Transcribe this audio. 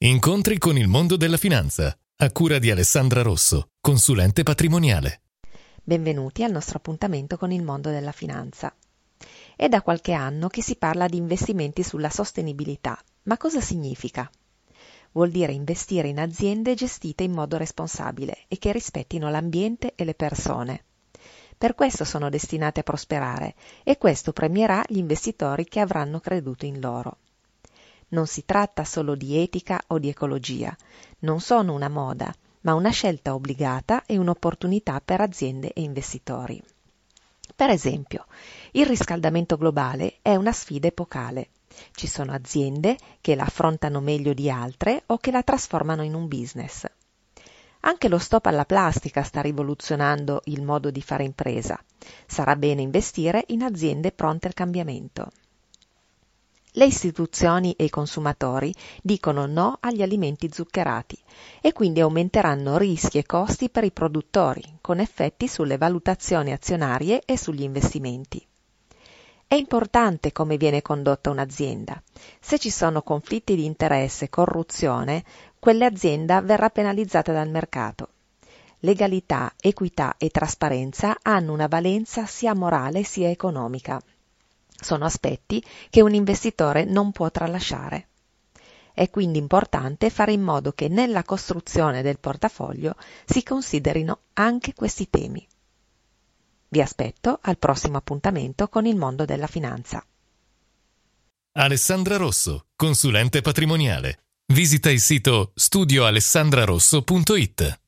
Incontri con il mondo della finanza, a cura di Alessandra Rosso, consulente patrimoniale. Benvenuti al nostro appuntamento con il mondo della finanza. È da qualche anno che si parla di investimenti sulla sostenibilità, ma cosa significa? Vuol dire investire in aziende gestite in modo responsabile e che rispettino l'ambiente e le persone. Per questo sono destinate a prosperare e questo premierà gli investitori che avranno creduto in loro. Non si tratta solo di etica o di ecologia, non sono una moda, ma una scelta obbligata e un'opportunità per aziende e investitori. Per esempio, il riscaldamento globale è una sfida epocale. Ci sono aziende che la affrontano meglio di altre o che la trasformano in un business. Anche lo stop alla plastica sta rivoluzionando il modo di fare impresa. Sarà bene investire in aziende pronte al cambiamento. Le istituzioni e i consumatori dicono no agli alimenti zuccherati e quindi aumenteranno rischi e costi per i produttori, con effetti sulle valutazioni azionarie e sugli investimenti. È importante come viene condotta un'azienda. Se ci sono conflitti di interesse e corruzione, quell'azienda verrà penalizzata dal mercato. Legalità, equità e trasparenza hanno una valenza sia morale sia economica. Sono aspetti che un investitore non può tralasciare. È quindi importante fare in modo che nella costruzione del portafoglio si considerino anche questi temi. Vi aspetto al prossimo appuntamento con il mondo della finanza. Alessandra Rosso, consulente patrimoniale. Visita il sito studioalessandrarosso.it.